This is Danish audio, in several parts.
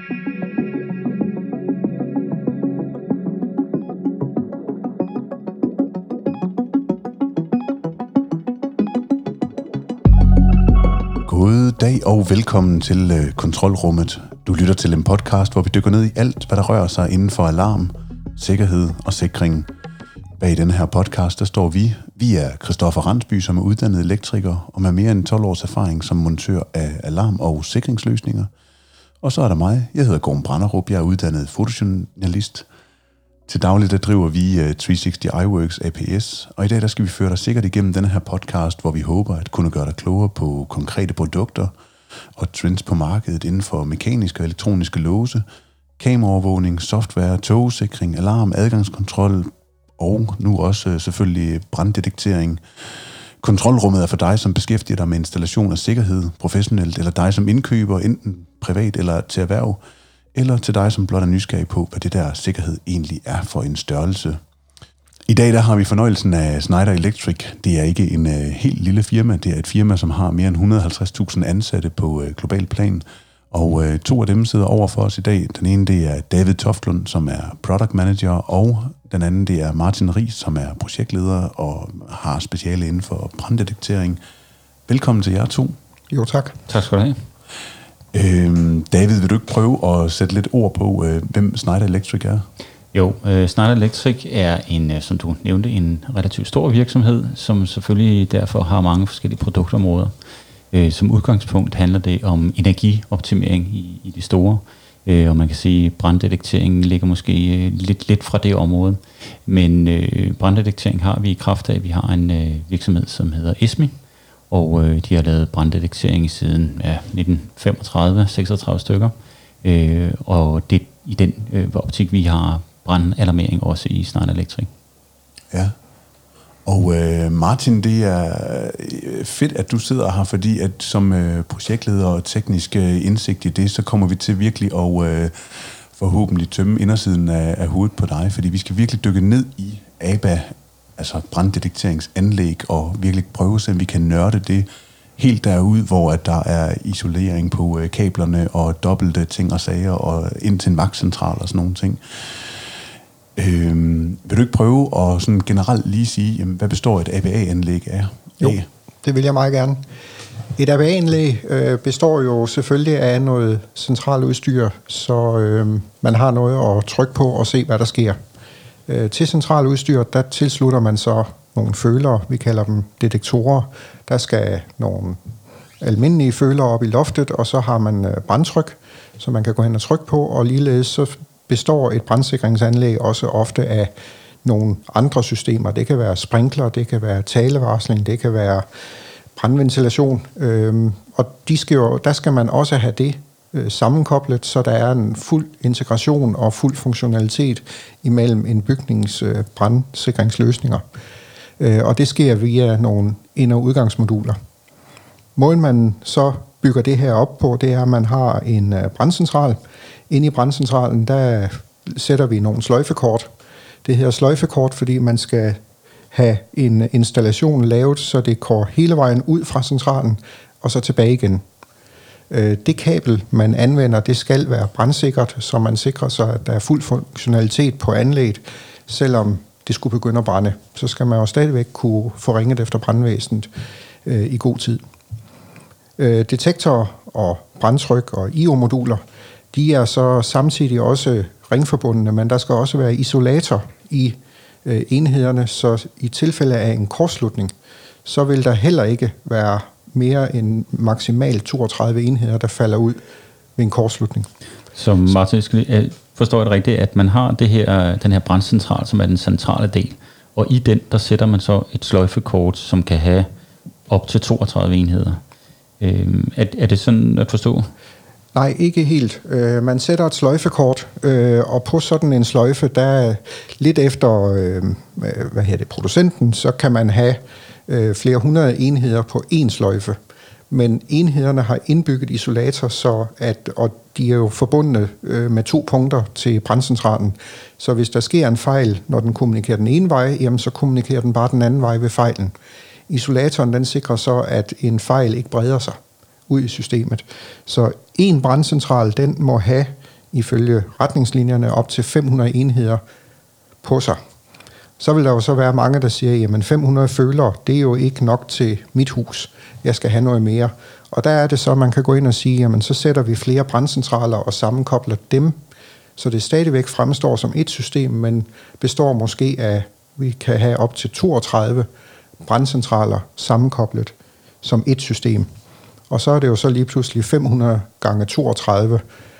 God dag og velkommen til Kontrolrummet. Du lytter til en podcast, hvor vi dykker ned i alt, hvad der rører sig inden for alarm, sikkerhed og sikring. Bag denne her podcast, der står vi. Vi er Christoffer Randsby, som er uddannet elektriker og med mere end 12 års erfaring som montør af alarm- og sikringsløsninger. Og så er der mig. Jeg hedder Gorm Branderup. Jeg er uddannet fotojournalist. Til dagligt der driver vi 360 iWorks APS, og i dag der skal vi føre dig sikkert igennem denne her podcast, hvor vi håber at kunne gøre dig klogere på konkrete produkter og trends på markedet inden for mekaniske og elektroniske låse, kameraovervågning, software, togsikring, alarm, adgangskontrol og nu også selvfølgelig branddetektering. Kontrolrummet er for dig, som beskæftiger dig med installation af sikkerhed professionelt, eller dig som indkøber, enten privat eller til erhverv, eller til dig, som blot er nysgerrig på, hvad det der sikkerhed egentlig er for en størrelse. I dag der har vi fornøjelsen af Schneider Electric. Det er ikke en helt lille firma. Det er et firma, som har mere end 150.000 ansatte på global plan. Og to af dem sidder over for os i dag. Den ene det er David Toftlund, som er product manager, og den anden det er Martin Riis, som er projektleder og har speciale inden for branddetektering. Velkommen til jer to. Jo, tak. Tak skal du have. David, vil du ikke prøve at sætte lidt ord på, hvem Schneider Electric er? Jo, Schneider Electric er som du nævnte, en relativt stor virksomhed, som selvfølgelig derfor har mange forskellige produktområder. Som udgangspunkt handler det om energioptimering i de store, og man kan sige, at branddetekteringen ligger måske lidt fra det område. Men branddetektering har vi i kraft af, at vi har en virksomhed, som hedder ESMI, og de har lavet branddetektering siden 1935, 36 stykker. Og det er i den optik, vi har brandalarmering også i Schneider Electric. Ja. Og Martin, det er fedt, at du sidder her, fordi at som projektleder og teknisk indsigt i det, så kommer vi til virkelig at forhåbentlig tømme indersiden af hovedet på dig, fordi vi skal virkelig dykke ned i ABA, altså branddetekteringsanlæg, og virkelig prøve at vi kan nørde det helt derude, hvor at der er isolering på kablerne og dobbelte ting og sager og ind til en vagtcentral og sådan nogle ting. Vil du ikke prøve at sådan generelt lige sige, jamen, hvad består et ABA-anlæg af? Jo, det vil jeg meget gerne. Et ABA-anlæg består jo selvfølgelig af noget centralt udstyr, så man har noget at trykke på og se, hvad der sker. Til centralt udstyr, der tilslutter man så nogle følere, vi kalder dem detektorer. Der skal nogle almindelige følere op i loftet, og så har man brandtryk, så man kan gå hen og trykke på, og ligeledes så består et brandsikringsanlæg også ofte af nogle andre systemer. Det kan være sprinkler, det kan være talevarsling, det kan være brandventilation, og der skal man også have det sammenkoblet, så der er en fuld integration og fuld funktionalitet imellem en bygnings brandsikringsløsninger. Og det sker via nogle ind- og udgangsmoduler. Måden man så bygger det her op på, det er, at man har en brandcentral. Inde i brandcentralen, der sætter vi nogle sløjfekort. Det hedder sløjfekort, fordi man skal have en installation lavet, så det går hele vejen ud fra centralen og så tilbage igen. Det kabel, man anvender, det skal være brandsikkert, så man sikrer sig, at der er fuld funktionalitet på anlægget, selvom det skulle begynde at brænde. Så skal man jo stadigvæk kunne få ringet efter brandvæsenet i god tid. Detektorer og brandtryk og IO-moduler, de er så samtidig også ringforbundne, men der skal også være isolator i enhederne, så i tilfælde af en kortslutning, så vil der heller ikke være mere end maksimalt 32 enheder, der falder ud ved en kortslutning. Så Martin, forstår jeg det rigtigt, at man har den her brandcentral, som er den centrale del, og i den, der sætter man så et sløjfekort, som kan have op til 32 enheder. Er det sådan at forstå? Nej, ikke helt. Man sætter et sløjfekort, og på sådan en sløjfe, der lidt efter producenten, så kan man have flere hundrede enheder på én sløjfe. Men enhederne har indbygget isolator, og de er jo forbundet med 2 punkter til brandcentralen. Så hvis der sker en fejl, når den kommunikerer den ene vej, jamen så kommunikerer den bare den anden vej ved fejlen. Isolatoren den sikrer så, at en fejl ikke breder sig ud i systemet. Så en brandcentral, den må have ifølge retningslinjerne op til 500 enheder på sig. Så vil der jo så være mange, der siger, jamen 500 følere, det er jo ikke nok til mit hus. Jeg skal have noget mere. Og der er det så, at man kan gå ind og sige, jamen så sætter vi flere brandcentraler og sammenkobler dem, så det stadigvæk fremstår som et system, men består måske af, vi kan have op til 32 brandcentraler sammenkoblet som et system. Og så er det jo så lige pludselig 500 gange 32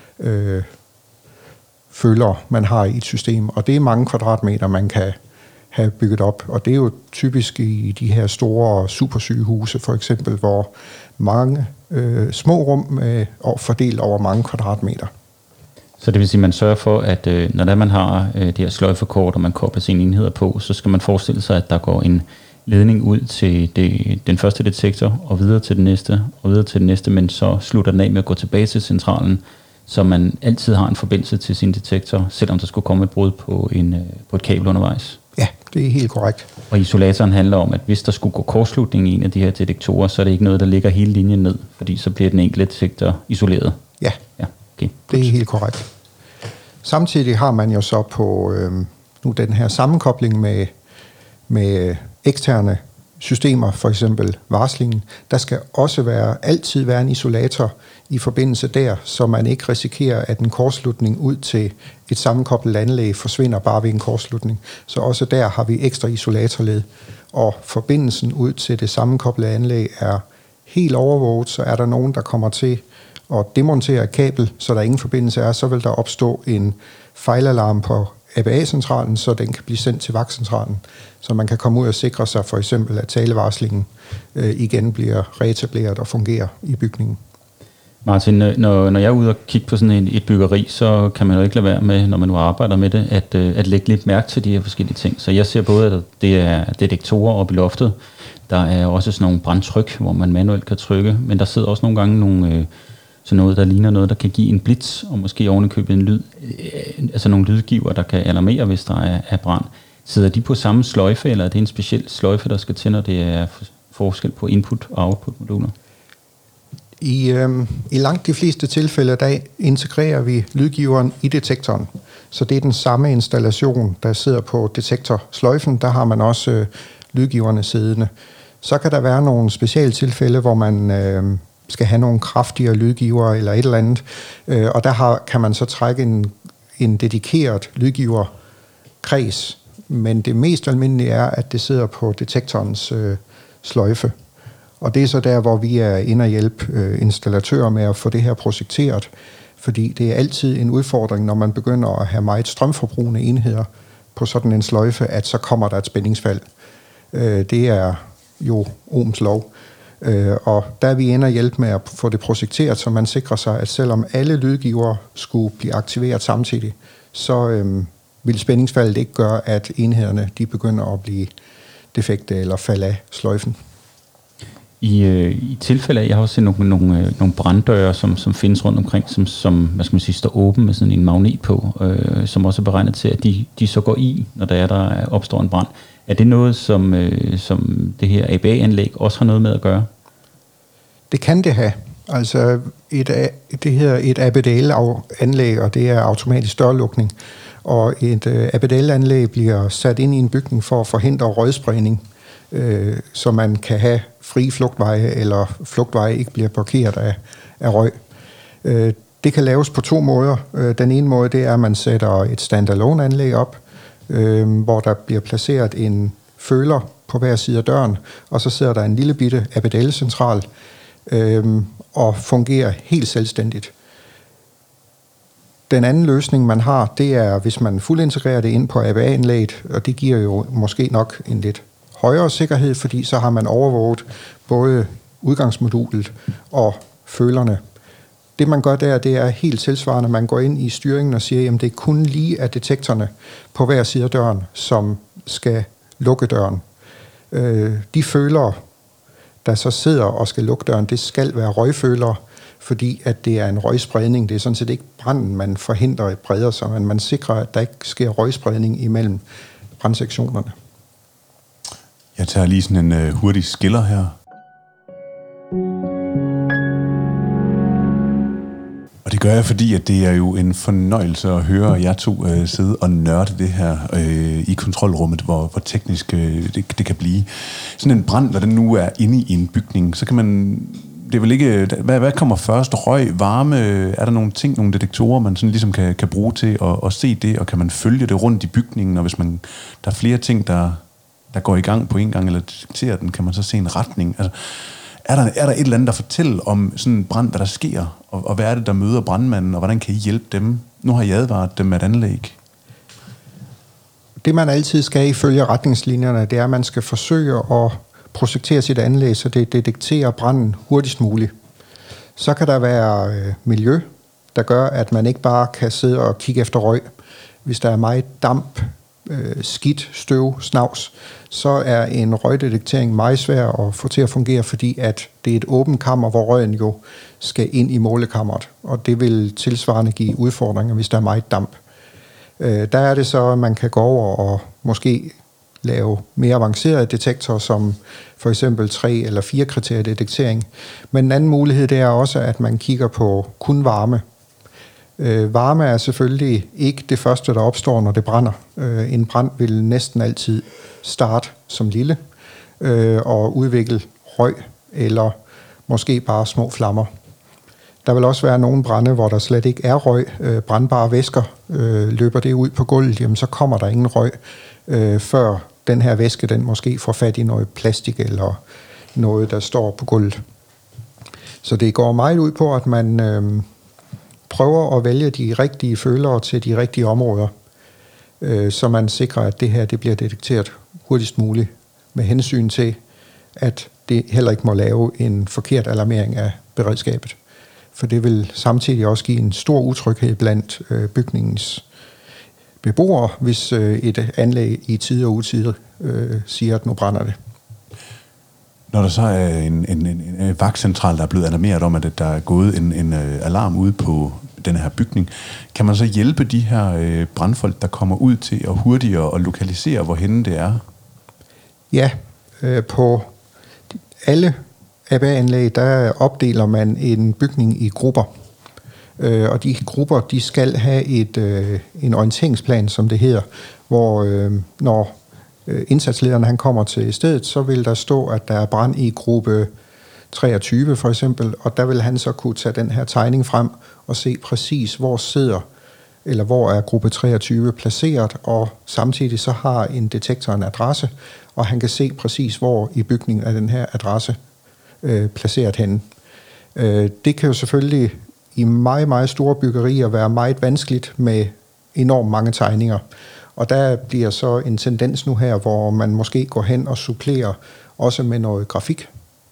følere, man har i et system. Og det er mange kvadratmeter, man kan have bygget op. Og det er jo typisk i de her store supersygehuse, for eksempel, hvor mange små rum er fordelt over mange kvadratmeter. Så det vil sige, at man sørger for, at når man har det her sløjfekort, og man kobler sine enheder på, så skal man forestille sig, at der går en ledning ud til den første detektor, og videre til den næste, og videre til den næste, men så slutter den af med at gå tilbage til centralen, så man altid har en forbindelse til sin detektor, selvom der skulle komme et brud på et kabel undervejs. Ja, det er helt korrekt. Og isolatoren handler om, at hvis der skulle gå kortslutning i en af de her detektorer, så er det ikke noget, der ligger hele linjen ned, fordi så bliver den enkelte detektor isoleret. Ja, okay. Det er helt korrekt. Samtidig har man jo så på nu den her sammenkobling med eksterne systemer, for eksempel varslingen. Der skal også altid være en isolator i forbindelse der, så man ikke risikerer, at en kortslutning ud til et sammenkoblet anlæg forsvinder bare ved en kortslutning. Så også der har vi ekstra isolatorled, og forbindelsen ud til det sammenkoblede anlæg er helt overvåget, så er der nogen, der kommer til at demontere et kabel, så der ingen forbindelse er, så vil der opstå en fejlalarm på ABA-centralen, så den kan blive sendt til vagtcentralen, så man kan komme ud og sikre sig for eksempel, at talevarslingen igen bliver reetableret og fungerer i bygningen. Martin, når jeg er ude og kigge på sådan et byggeri, så kan man jo ikke lade være med, når man nu arbejder med det, at lægge lidt mærke til de her forskellige ting. Så jeg ser både, at det er detektorer oppe i loftet, der er også sådan nogle brandtryk, hvor man manuelt kan trykke, men der sidder også nogle gange nogle sådan noget, der ligner noget, der kan give en blitz, og måske ovenikøbet en lyd, altså nogle lydgiver, der kan alarmere, hvis der er brand. Sidder de på samme sløjfe, eller er det en speciel sløjfe, der skal til, når det er forskel på input- og output-moduler? I langt de fleste tilfælde, der integrerer vi lydgiveren i detektoren. Så det er den samme installation, der sidder på detektorsløjfen. Der har man også lydgiverne siddende. Så kan der være nogle specialtilfælde, hvor man skal have nogle kraftigere lydgiver eller et eller andet. Og der kan man så trække en dedikeret lydgiverkreds. Men det mest almindelige er, at det sidder på detektorens sløjfe. Og det er så der, hvor vi er inde og hjælpe installatører med at få det her projekteret. Fordi det er altid en udfordring, når man begynder at have meget strømforbrugende enheder på sådan en sløjfe, at så kommer der et spændingsfald. Det er jo Ohms lov. Og der er vi inde og hjælpe med at få det projekteret, så man sikrer sig, at selvom alle lydgiver skulle blive aktiveret samtidig, så vil spændingsfaldet ikke gøre, at enhederne de begynder at blive defekte eller falde af sløjfen. I tilfælde af, jeg har også set nogle branddøre, som findes rundt omkring, som hvad skal man sige, står åben med sådan en magnet på, som også er beregnet til, at de så går i, når der opstår en brand. Er det noget, som det her ABA-anlæg også har noget med at gøre? Det kan det have. Altså det hedder et ABDL-anlæg, og det er automatisk dørlukning. Og et ABDL-anlæg bliver sat ind i en bygning for at forhindre røgspredning, så man kan have frie flugtveje, eller flugtveje ikke bliver blokeret af røg. Det kan laves på 2 måder. Den ene måde, det er, at man sætter et standalone-anlæg op, hvor der bliver placeret en føler på hver side af døren, og så sidder der en lille bitte ABDL-central og fungerer helt selvstændigt. Den anden løsning, man har, det er, hvis man fuldintegrerer det ind på ABA-anlæget, og det giver jo måske nok en lidt højere sikkerhed, fordi så har man overvåget både udgangsmodulet og følerne. Det man gør der, det er helt tilsvarende. Man går ind i styringen og siger, at det er kun lige af detektorerne på hver side af døren, som skal lukke døren. De følere, der så sidder og skal lukke døren, det skal være røgfølere, fordi at det er en røgspredning. Det er sådan set ikke branden, man forhindrer at breder sig, men man sikrer, at der ikke sker røgspredning imellem brandsektionerne. Jeg tager lige sådan en hurtig skiller her. Og det gør jeg, fordi at det er jo en fornøjelse at høre jer to sidde og nørde det her i kontrolrummet, hvor teknisk det kan blive. Sådan en brand, når den nu er inde i en bygning, så kan man... Det er vel ikke... Hvad kommer først? Røg, varme? Er der nogle ting, nogle detektorer, man sådan ligesom kan bruge til at se det, og kan man følge det rundt i bygningen, og hvis der er flere ting, der går i gang på en gang, eller detekterer den, kan man så se en retning? Altså, er der et eller andet, der fortæller om sådan en brand, hvad der sker, og hvad er det, der møder brandmanden, og hvordan kan I hjælpe dem? Nu har I advaret dem med et anlæg. Det, man altid skal ifølge retningslinjerne, det er, at man skal forsøge at projektere sit anlæg, så det detekterer branden hurtigst muligt. Så kan der være miljø, der gør, at man ikke bare kan sidde og kigge efter røg. Hvis der er meget damp, skidt, støv, snavs, så er en røgdetektering meget svær at få til at fungere, fordi at det er et åbent kammer, hvor røgen jo skal ind i målekammeret, og det vil tilsvarende give udfordringer, hvis der er meget damp. Der er det så, at man kan gå over og måske lave mere avancerede detektorer, som for eksempel 3 eller 4 kriterier detektering. Men en anden mulighed, det er også, at man kigger på kun varme. Varme er selvfølgelig ikke det første, der opstår, når det brænder. En brand vil næsten altid starte som lille og udvikle røg eller måske bare små flammer. Der vil også være nogle brande, hvor der slet ikke er røg. Brandbare væsker, løber det ud på gulvet, jamen så kommer der ingen røg, før den her væske den måske får fat i noget plastik eller noget, der står på gulvet. Så det går meget ud på, at man prøver at vælge de rigtige følere til de rigtige områder, så man sikrer, at det her det bliver detekteret hurtigst muligt, med hensyn til, at det heller ikke må lave en forkert alarmering af beredskabet. For det vil samtidig også give en stor utryghed blandt bygningens beboere, hvis et anlæg i tide og utide siger, at nu brænder det. Når der så er en vagtcentral, der er blevet alarmeret om, at der er gået en alarm ude på den her bygning, kan man så hjælpe de her brandfolk, der kommer ud til at hurtigere at lokalisere, hvorhenne det er? Ja, på alle ABA-anlæg, der opdeler man en bygning i grupper. Og de grupper, de skal have en orienteringsplan, som det hedder, hvor når indsatslederen han kommer til stedet, så vil der stå, at der er brand i gruppe 23 for eksempel, og der vil han så kunne tage den her tegning frem og se præcis, hvor er gruppe 23 placeret, og samtidig så har en detektor en adresse, og han kan se præcis, hvor i bygningen er den her adresse placeret henne. Det kan jo selvfølgelig i meget, meget store byggerier være meget vanskeligt med enormt mange tegninger. Og der bliver så en tendens nu her, hvor man måske går hen og supplerer også med noget grafik.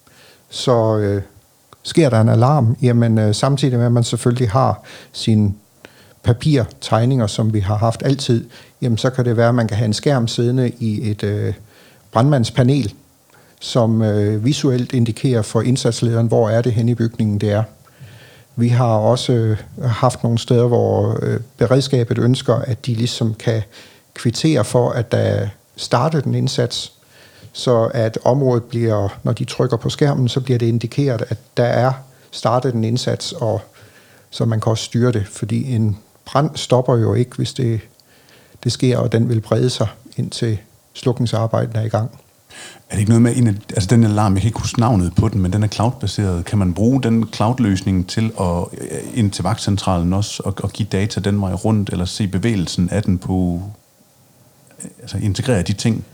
Så sker der en alarm, jamen samtidig med, at man selvfølgelig har sine papirtegninger, som vi har haft altid, jamen så kan det være, at man kan have en skærm siddende i et brandmandspanel, som visuelt indikerer for indsatslederen, hvor er det henne i bygningen, det er. Vi har også haft nogle steder, hvor beredskabet ønsker, at de ligesom kan kvittere for, at der startet en indsats, så at området bliver, når de trykker på skærmen, så bliver det indikeret, at der er startet en indsats, og så man kan også styre det, fordi en brand stopper jo ikke, hvis det sker, og den vil brede sig, indtil slukningsarbejdet er i gang. Er det ikke noget med, altså den alarm, jeg kan ikke huske navnet på den, men den er cloud-baseret. Kan man bruge den cloud-løsning til at ind til vagtcentralen også, og give data den vej rundt, eller se bevægelsen af den på, altså integrere de ting?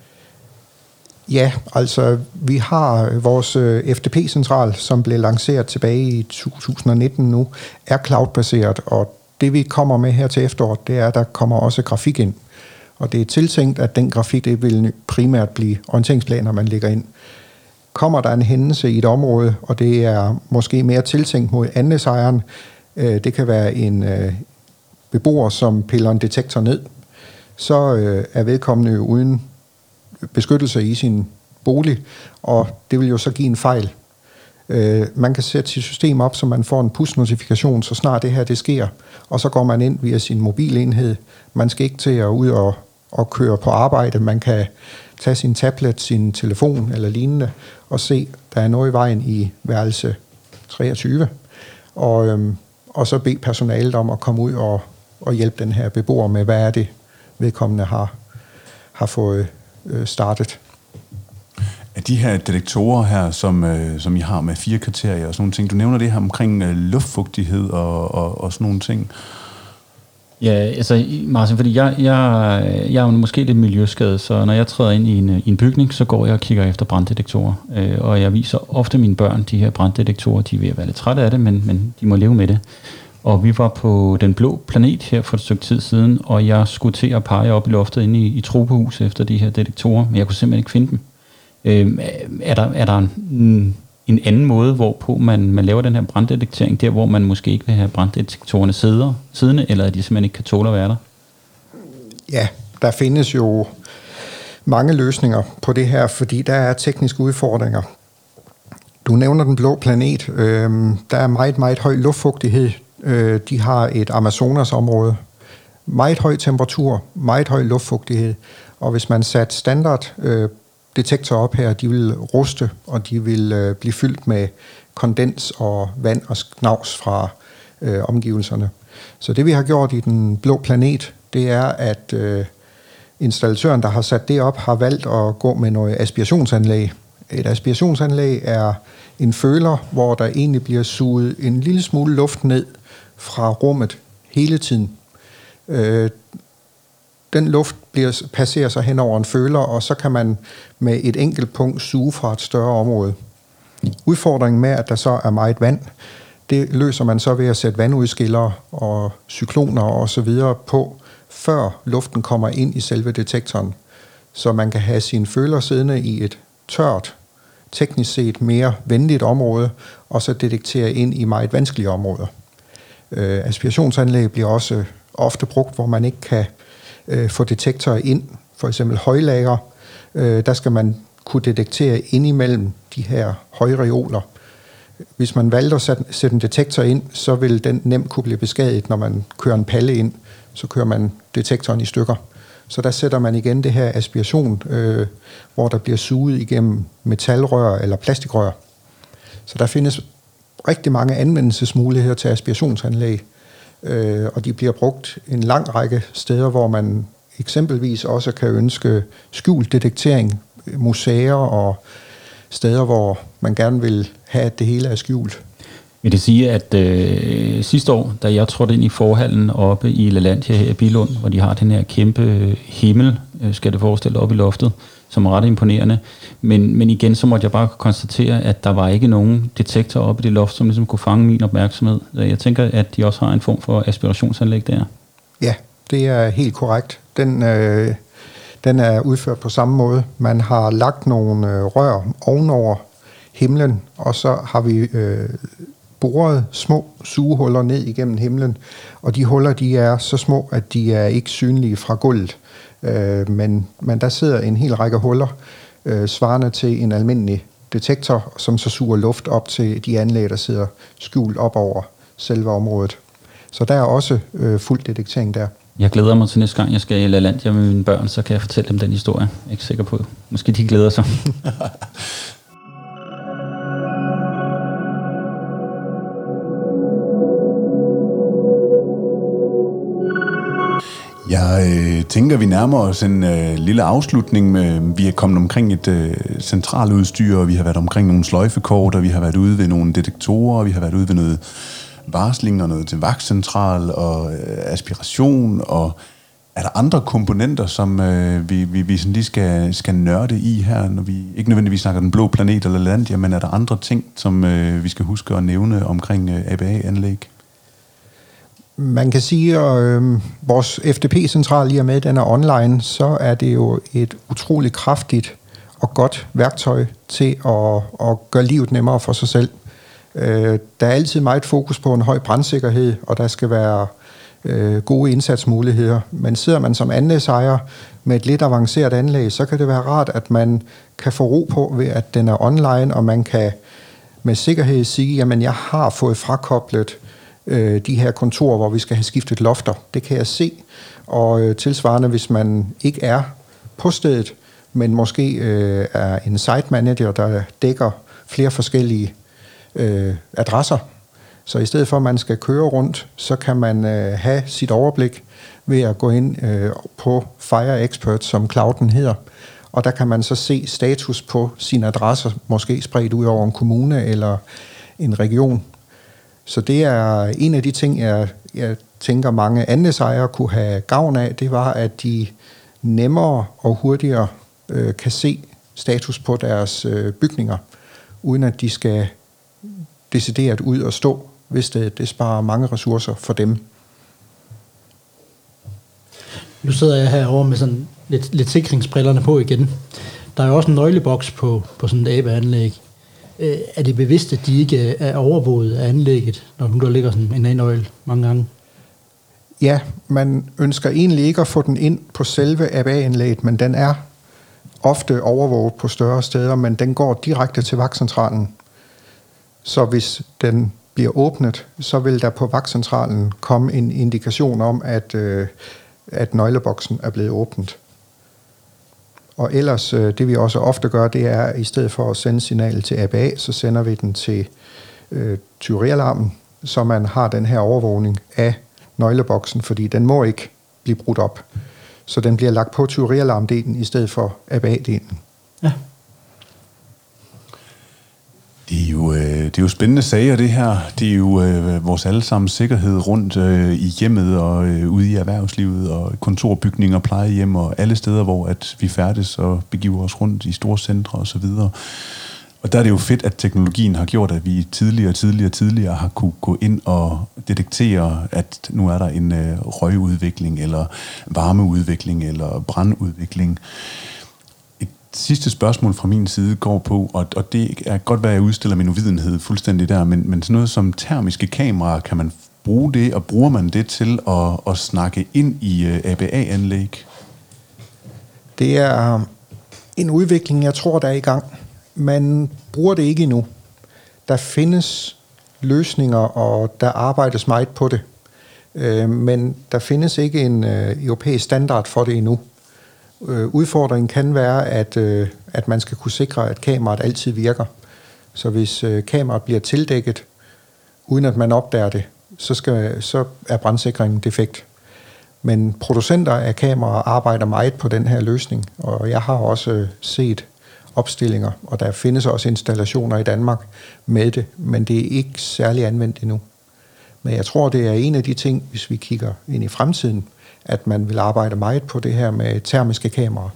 Ja, altså vi har vores FTP-central, som blev lanceret tilbage i 2019 nu, er cloud-baseret, og det vi kommer med her til efteråret, det er, at der kommer også grafik ind. Og det er tiltænkt, at den grafik, det vil primært blive orienteringsplaner, man lægger ind. Kommer der en hændelse i et område, og det er måske mere tiltænkt mod anlægsejeren, det kan være en beboer, som piller en detektor ned, så er vedkommende uden beskyttelse i sin bolig, og det vil jo så give en fejl. Man kan sætte sit system op, så man får en push-notifikation, så snart det her det sker, og så går man ind via sin mobilenhed. Man skal ikke til at ud og køre på arbejde. Man kan tage sin tablet, sin telefon eller lignende, og se, der er noget i vejen i værelse 23. Og og så bede personalet om at komme ud og hjælpe den her beboer med, hvad er det, vedkommende har fået startet. Af de her detektorer her, som I har med 4 kriterier og sådan nogle ting, du nævner det her omkring luftfugtighed og sådan nogle ting. Ja, altså Martin, fordi jeg er jo måske lidt miljøskadet, så når jeg træder ind i en bygning, så går jeg og kigger efter branddetektorer. Og jeg viser ofte mine børn de her branddetektorer. De er ved at være lidt trætte af det, men de må leve med det. Og vi var på Den Blå Planet her for et stykke tid siden, og jeg skulle til at pege op i loftet inde i tropehuset efter de her detektorer, men jeg kunne simpelthen ikke finde dem. Er der en anden måde, hvorpå man laver den her branddetektering, der hvor man måske ikke vil have branddetektorerne siddende, eller at de simpelthen ikke kan tåle at være der? Ja, der findes jo mange løsninger på det her, fordi der er tekniske udfordringer. Du nævner Den Blå Planet. Der er meget, meget høj luftfugtighed. De har et Amazonas-område. Meget høj temperatur, meget høj luftfugtighed. Og hvis man satte standard detektorer op her, de vil ruste, og de vil blive fyldt med kondens og vand og knavs fra omgivelserne. Så det vi har gjort i Den Blå Planet, det er, at installatøren, der har sat det op, har valgt at gå med noget aspirationsanlæg. Et aspirationsanlæg er en føler, hvor der egentlig bliver suget en lille smule luft ned fra rummet hele tiden. Den luft passerer sig hen over en føler, og så kan man med et enkelt punkt suge fra et større område. Udfordringen med, at der så er meget vand, det løser man så ved at sætte vandudskillere og cykloner og så videre på, før luften kommer ind i selve detektoren. Så man kan have sine føler siddende i et tørt, teknisk set mere venligt område, og så detektere ind i meget vanskelige områder. Aspirationsanlæg bliver også ofte brugt, hvor man ikke kan få detektorer ind, for eksempel højlager. Der skal man kunne detektere ind imellem de her højreoler. Hvis man valgte at sætte en detektor ind, så vil den nemt kunne blive beskadiget, når man kører en palle ind, så kører man detektoren i stykker. Så der sætter man igen det her aspiration, hvor der bliver suget igennem metalrør eller plastikrør. Så der findes rigtig mange anvendelsesmuligheder til aspirationsanlæg, og de bliver brugt en lang række steder, hvor man eksempelvis også kan ønske skjult detektering, museer og steder, hvor man gerne vil have, at det hele er skjult. Vil det sige, at sidste år, da jeg trådte ind i forhallen oppe i LaLandia her i Billund, hvor de har den her kæmpe himmel, skal det forestille oppe i loftet, som er ret imponerende. Men igen, så måtte jeg bare konstatere, at der var ikke nogen detektor oppe i det loft, som ligesom kunne fange min opmærksomhed. Jeg tænker, at de også har en form for aspirationsanlæg der. Ja, det er helt korrekt. Den er udført på samme måde. Man har lagt nogle rør ovenover himlen, og så har vi boret små sugehuller ned igennem himlen, og de huller, de er så små, at de er ikke synlige fra gulvet. Men der sidder en hel række huller, svarende til en almindelig detektor, som så suger luft op til de anlæg, der sidder skjult op over selve området. Så der er også fuld detektering der. Jeg glæder mig til næste gang, jeg skal i LaLandia med mine børn, så kan jeg fortælle dem den historie. Jeg er ikke sikker på. Måske de glæder sig. Jeg tænker, vi nærmer os en lille afslutning. Vi er kommet omkring et centraludstyr, og vi har været omkring nogle sløjfekort, og vi har været ude ved nogle detektorer, og vi har været ude ved noget varsling og noget til vagtcentral og aspiration. Og er der andre komponenter, som vi sådan lige skal nørde i her, når vi ikke nødvendigvis snakker Den Blå Planet eller LaLandia, men er der andre ting, som vi skal huske at nævne omkring ABA-anlæg? Man kan sige, at vores FDP-central, i og med at den er online, så er det jo et utroligt kraftigt og godt værktøj til at gøre livet nemmere for sig selv. Der er altid meget fokus på en høj brandsikkerhed, og der skal være gode indsatsmuligheder. Men sidder man som anlægsejer med et lidt avanceret anlæg, så kan det være rart, at man kan få ro på ved, at den er online, og man kan med sikkerhed sige, jamen jeg har fået frakoblet de her kontorer, hvor vi skal have skiftet lofter. Det kan jeg se. Og tilsvarende, hvis man ikke er på stedet, men måske er en site manager, der dækker flere forskellige adresser, Så i stedet for, at man skal køre rundt, så kan man have sit overblik ved at gå ind på Fire Expert, som clouden hedder. Og der kan man så se status på sine adresser, måske spredt ud over en kommune eller en region. Så det er en af de ting, jeg tænker, mange anlægsejere kunne have gavn af. Det var, at de nemmere og hurtigere kan se status på deres bygninger, uden at de skal decideret ud og stå, hvis det sparer mange ressourcer for dem. Nu sidder jeg herovre med sådan lidt sikringsbrillerne på igen. Der er jo også en nøgleboks på sådan et ABE-anlæg. Er det bevidst, at de ikke er overvåget af anlægget, når nu der ligger sådan en nøgle mange gange? Ja, man ønsker egentlig ikke at få den ind på selve ABE-anlægget, men den er ofte overvåget på større steder, men den går direkte til vagtcentralen. Så hvis den bliver åbnet, så vil der på vagtcentralen komme en indikation om, at nøgleboksen er blevet åbnet. Og ellers, det vi også ofte gør, det er, at i stedet for at sende signalet til ABA, så sender vi den til tyverialarmen, så man har den her overvågning af nøgleboksen, fordi den må ikke blive brudt op. Så den bliver lagt på tyverialarmdelen i stedet for ABA-delen. Ja. Det er jo spændende sager, det her. Det er jo vores allesammens sikkerhed rundt i hjemmet og ude i erhvervslivet og kontorbygninger, plejehjem og alle steder, hvor at vi færdes og begiver os rundt i store centre osv. Og der er det jo fedt, at teknologien har gjort, at vi tidligere har kunne gå ind og detektere, at nu er der en røgudvikling eller varmeudvikling eller brandudvikling. Sidste spørgsmål fra min side går på, og det er godt være, at jeg udstiller min uvidenhed fuldstændig der, men sådan noget som termiske kameraer, kan man bruge det, og bruger man det til at snakke ind i ABA-anlæg? Det er en udvikling, jeg tror, der er i gang. Man bruger det ikke endnu. Der findes løsninger, og der arbejdes meget på det. Men der findes ikke en europæisk standard for det endnu. Udfordringen kan være, at man skal kunne sikre, at kameraet altid virker. Så hvis kameraet bliver tildækket, uden at man opdager det, så er brandsikringen defekt. Men producenter af kameraer arbejder meget på den her løsning, og jeg har også set opstillinger, og der findes også installationer i Danmark med det, men det er ikke særlig anvendt endnu. Men jeg tror, det er en af de ting, hvis vi kigger ind i fremtiden, at man vil arbejde meget på det her med termiske kameraer,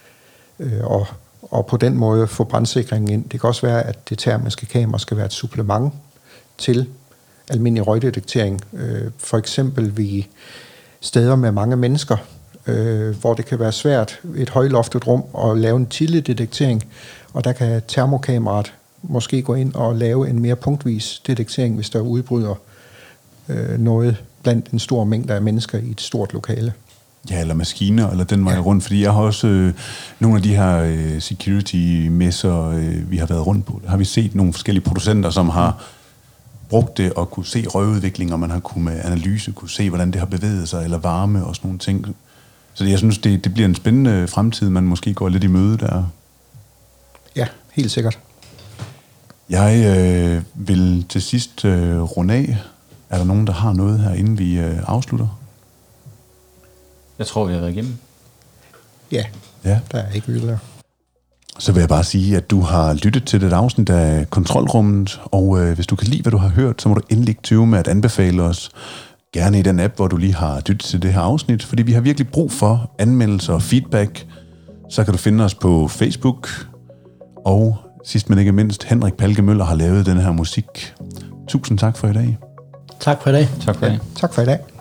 og på den måde få brandsikringen ind. Det kan også være, at det termiske kamera skal være et supplement til almindelig røgdetektering. For eksempel ved steder med mange mennesker, hvor det kan være svært et højloftet rum at lave en tidlig detektering, og der kan termokameraet måske gå ind og lave en mere punktvis detektering, hvis der udbryder noget blandt en stor mængde af mennesker i et stort lokale. Ja, eller maskiner, eller den vej rundt, fordi jeg har også nogle af de her security-messer, vi har været rundt på. Der har vi set nogle forskellige producenter, som har brugt det og kunne se røgudvikling, og man har kunne med analyse kunne se, hvordan det har bevæget sig, eller varme og sådan nogle ting. Så jeg synes, det bliver en spændende fremtid, man måske går lidt i møde der. Ja, helt sikkert. Jeg vil til sidst runde af. Er der nogen, der har noget her, inden vi afslutter? Jeg tror, vi har været igennem. Ja, der er ikke yderligere. Så vil jeg bare sige, at du har lyttet til et afsnit af Kontrolrummet, og hvis du kan lide, hvad du har hørt, så må du endelig ikke tøve med at anbefale os. Gerne i den app, hvor du lige har lyttet til det her afsnit, fordi vi har virkelig brug for anmeldelser og feedback. Så kan du finde os på Facebook, og sidst men ikke mindst, Henrik Palke-Møller har lavet den her musik. Tusind tak for i dag. Tak for i dag. Tak for i dag. Tak for i dag.